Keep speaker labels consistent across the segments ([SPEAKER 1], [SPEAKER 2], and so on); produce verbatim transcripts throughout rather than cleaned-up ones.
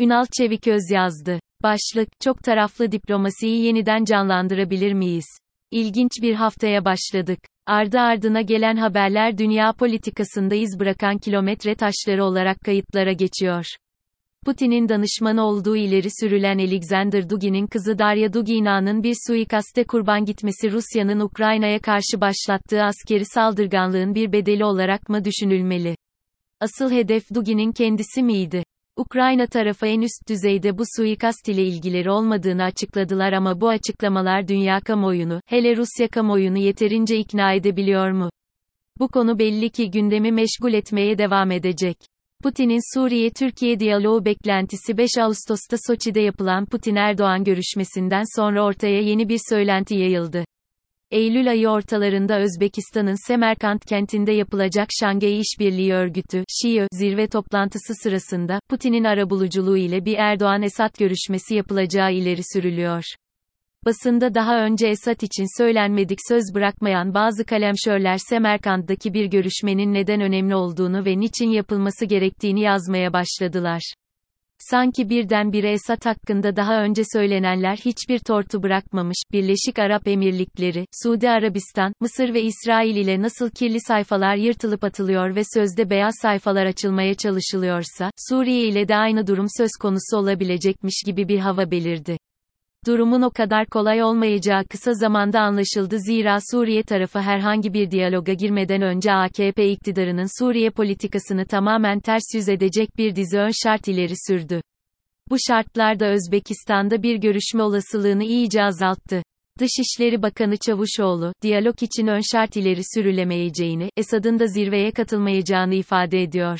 [SPEAKER 1] Ünal Çeviköz yazdı. Başlık, çok taraflı diplomasiyi yeniden canlandırabilir miyiz? İlginç bir haftaya başladık. Ardı ardına gelen haberler dünya politikasında iz bırakan kilometre taşları olarak kayıtlara geçiyor. Putin'in danışmanı olduğu ileri sürülen Alexander Dugin'in kızı Darya Dugina'nın bir suikaste kurban gitmesi Rusya'nın Ukrayna'ya karşı başlattığı askeri saldırganlığın bir bedeli olarak mı düşünülmeli? Asıl hedef Dugin'in kendisi miydi? Ukrayna tarafı en üst düzeyde bu suikast ile ilgileri olmadığını açıkladılar ama bu açıklamalar dünya kamuoyunu, hele Rusya kamuoyunu yeterince ikna edebiliyor mu? Bu konu belli ki gündemi meşgul etmeye devam edecek. Putin'in Suriye-Türkiye diyaloğu beklentisi beş Ağustos'ta Soçi'de yapılan Putin-Erdoğan görüşmesinden sonra ortaya yeni bir söylenti yayıldı. Eylül ayı ortalarında Özbekistan'ın Semerkant kentinde yapılacak Şangay İşbirliği Örgütü (Ş İ Ö) zirve toplantısı sırasında, Putin'in arabuluculuğu ile bir Erdoğan-Esad görüşmesi yapılacağı ileri sürülüyor. Basında daha önce Esad için söylenmedik söz bırakmayan bazı kalemşörler Semerkant'taki bir görüşmenin neden önemli olduğunu ve niçin yapılması gerektiğini yazmaya başladılar. Sanki birdenbire Esad hakkında daha önce söylenenler hiçbir tortu bırakmamış, Birleşik Arap Emirlikleri, Suudi Arabistan, Mısır ve İsrail ile nasıl kirli sayfalar yırtılıp atılıyor ve sözde beyaz sayfalar açılmaya çalışılıyorsa, Suriye ile de aynı durum söz konusu olabilecekmiş gibi bir hava belirdi. Durumun o kadar kolay olmayacağı kısa zamanda anlaşıldı zira Suriye tarafı herhangi bir diyaloga girmeden önce A K P iktidarının Suriye politikasını tamamen ters yüz edecek bir dizi ön şart ileri sürdü. Bu şartlar da Özbekistan'da bir görüşme olasılığını iyice azalttı. Dışişleri Bakanı Çavuşoğlu, diyalog için ön şart ileri sürülemeyeceğini, Esad'ın da zirveye katılmayacağını ifade ediyor.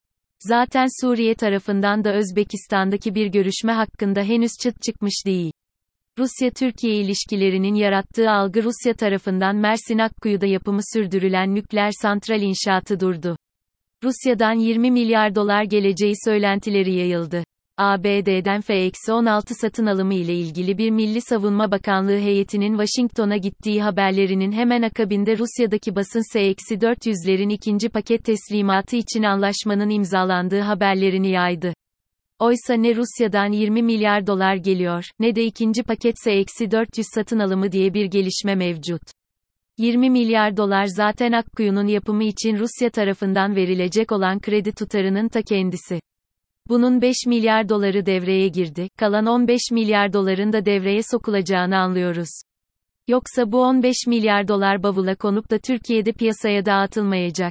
[SPEAKER 1] Zaten Suriye tarafından da Özbekistan'daki bir görüşme hakkında henüz çıt çıkmış değil. Rusya-Türkiye ilişkilerinin yarattığı algı Rusya tarafından Mersin Akkuyu'da yapımı sürdürülen nükleer santral inşaatı durdu. Rusya'dan yirmi milyar dolar geleceği söylentileri yayıldı. A B D'den F on altı satın alımı ile ilgili bir Milli Savunma Bakanlığı heyetinin Washington'a gittiği haberlerinin hemen akabinde Rusya'daki basın S dört yüzlerin ikinci paket teslimatı için anlaşmanın imzalandığı haberlerini yaydı. Oysa ne Rusya'dan yirmi milyar dolar geliyor, ne de ikinci paket S dört yüz satın alımı diye bir gelişme mevcut. yirmi milyar dolar zaten Akkuyu'nun yapımı için Rusya tarafından verilecek olan kredi tutarının ta kendisi. Bunun beş milyar doları devreye girdi, kalan on beş milyar doların da devreye sokulacağını anlıyoruz. Yoksa bu on beş milyar dolar bavula konup da Türkiye'de piyasaya dağıtılmayacak.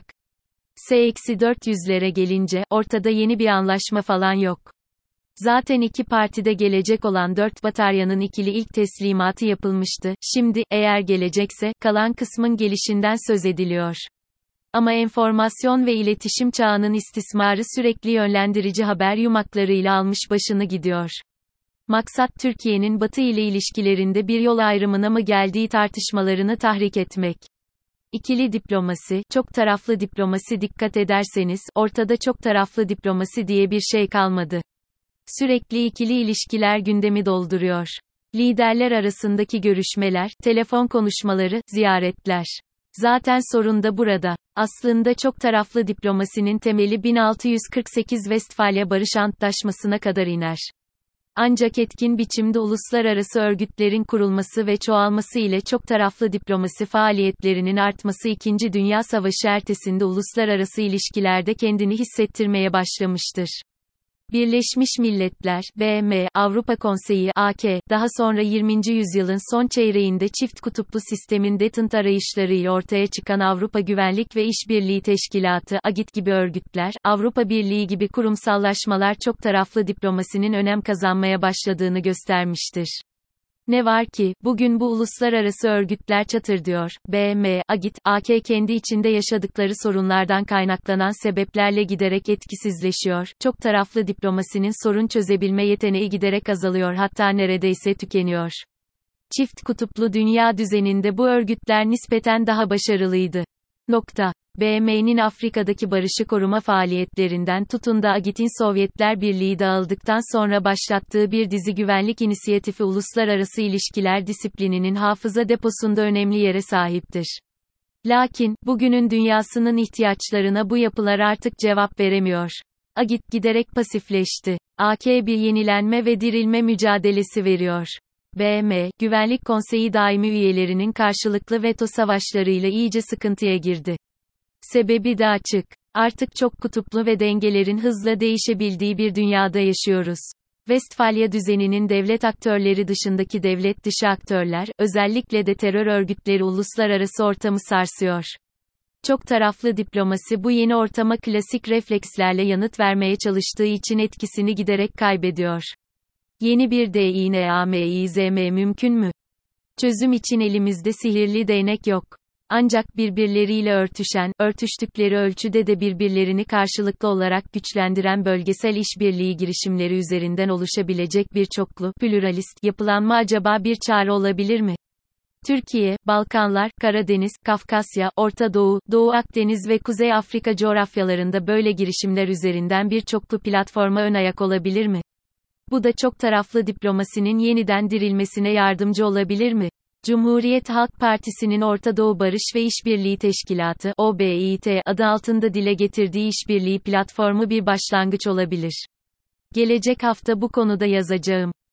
[SPEAKER 1] S dört yüzlere gelince, ortada yeni bir anlaşma falan yok. Zaten iki partide gelecek olan dört bataryanın ikili ilk teslimatı yapılmıştı, şimdi, eğer gelecekse, kalan kısmın gelişinden söz ediliyor. Ama enformasyon ve iletişim çağının istismarı sürekli yönlendirici haber yumaklarıyla almış başını gidiyor. Maksat Türkiye'nin Batı ile ilişkilerinde bir yol ayrımına mı geldiği tartışmalarını tahrik etmek. İkili diplomasi, çok taraflı diplomasi dikkat ederseniz, ortada çok taraflı diplomasi diye bir şey kalmadı. Sürekli ikili ilişkiler gündemi dolduruyor. Liderler arasındaki görüşmeler, telefon konuşmaları, ziyaretler. Zaten sorun da burada. Aslında çok taraflı diplomasinin temeli bin altı yüz kırk sekiz Westfalya Barış Antlaşması'na kadar iner. Ancak etkin biçimde uluslararası örgütlerin kurulması ve çoğalması ile çok taraflı diplomasi faaliyetlerinin artması İkinci Dünya Savaşı ertesinde uluslararası ilişkilerde kendini hissettirmeye başlamıştır. Birleşmiş Milletler, B M, Avrupa Konseyi, A K, daha sonra yirminci yüzyılın son çeyreğinde çift kutuplu sistemin detent arayışlarıyla ortaya çıkan Avrupa Güvenlik ve İşbirliği Teşkilatı, A G İ T gibi örgütler, Avrupa Birliği gibi kurumsallaşmalar çok taraflı diplomasinin önem kazanmaya başladığını göstermiştir. Ne var ki, bugün bu uluslararası örgütler çatırdıyor, B M, A G İ T, A K kendi içinde yaşadıkları sorunlardan kaynaklanan sebeplerle giderek etkisizleşiyor, çok taraflı diplomasinin sorun çözebilme yeteneği giderek azalıyor hatta neredeyse tükeniyor. Çift kutuplu dünya düzeninde bu örgütler nispeten daha başarılıydı. Nokta. B M'nin Afrika'daki barışı koruma faaliyetlerinden tutun da A G İ T'in Sovyetler Birliği dağıldıktan sonra başlattığı bir dizi güvenlik inisiyatifi uluslararası ilişkiler disiplininin hafıza deposunda önemli yere sahiptir. Lakin, bugünün dünyasının ihtiyaçlarına bu yapılar artık cevap veremiyor. A G İ T giderek pasifleşti. A K bir yenilenme ve dirilme mücadelesi veriyor. B M, Güvenlik Konseyi daimi üyelerinin karşılıklı veto savaşlarıyla iyice sıkıntıya girdi. Sebebi de açık. Artık çok kutuplu ve dengelerin hızla değişebildiği bir dünyada yaşıyoruz. Vestfalya düzeninin devlet aktörleri dışındaki devlet dışı aktörler, özellikle de terör örgütleri uluslararası ortamı sarsıyor. Çok taraflı diplomasi bu yeni ortama klasik reflekslerle yanıt vermeye çalıştığı için etkisini giderek kaybediyor. Yeni bir dinamizm mümkün mü? Çözüm için elimizde sihirli değnek yok. Ancak birbirleriyle örtüşen, örtüştükleri ölçüde de birbirlerini karşılıklı olarak güçlendiren bölgesel işbirliği girişimleri üzerinden oluşabilecek bir çoklu, pluralist yapılanma acaba bir çare olabilir mi? Türkiye, Balkanlar, Karadeniz, Kafkasya, Orta Doğu, Doğu Akdeniz ve Kuzey Afrika coğrafyalarında böyle girişimler üzerinden bir çoklu platforma ön ayak olabilir mi? Bu da çok taraflı diplomasinin yeniden dirilmesine yardımcı olabilir mi? Cumhuriyet Halk Partisi'nin Orta Doğu Barış ve İşbirliği Teşkilatı (O B İ T) adı altında dile getirdiği işbirliği platformu bir başlangıç olabilir. Gelecek hafta bu konuda yazacağım.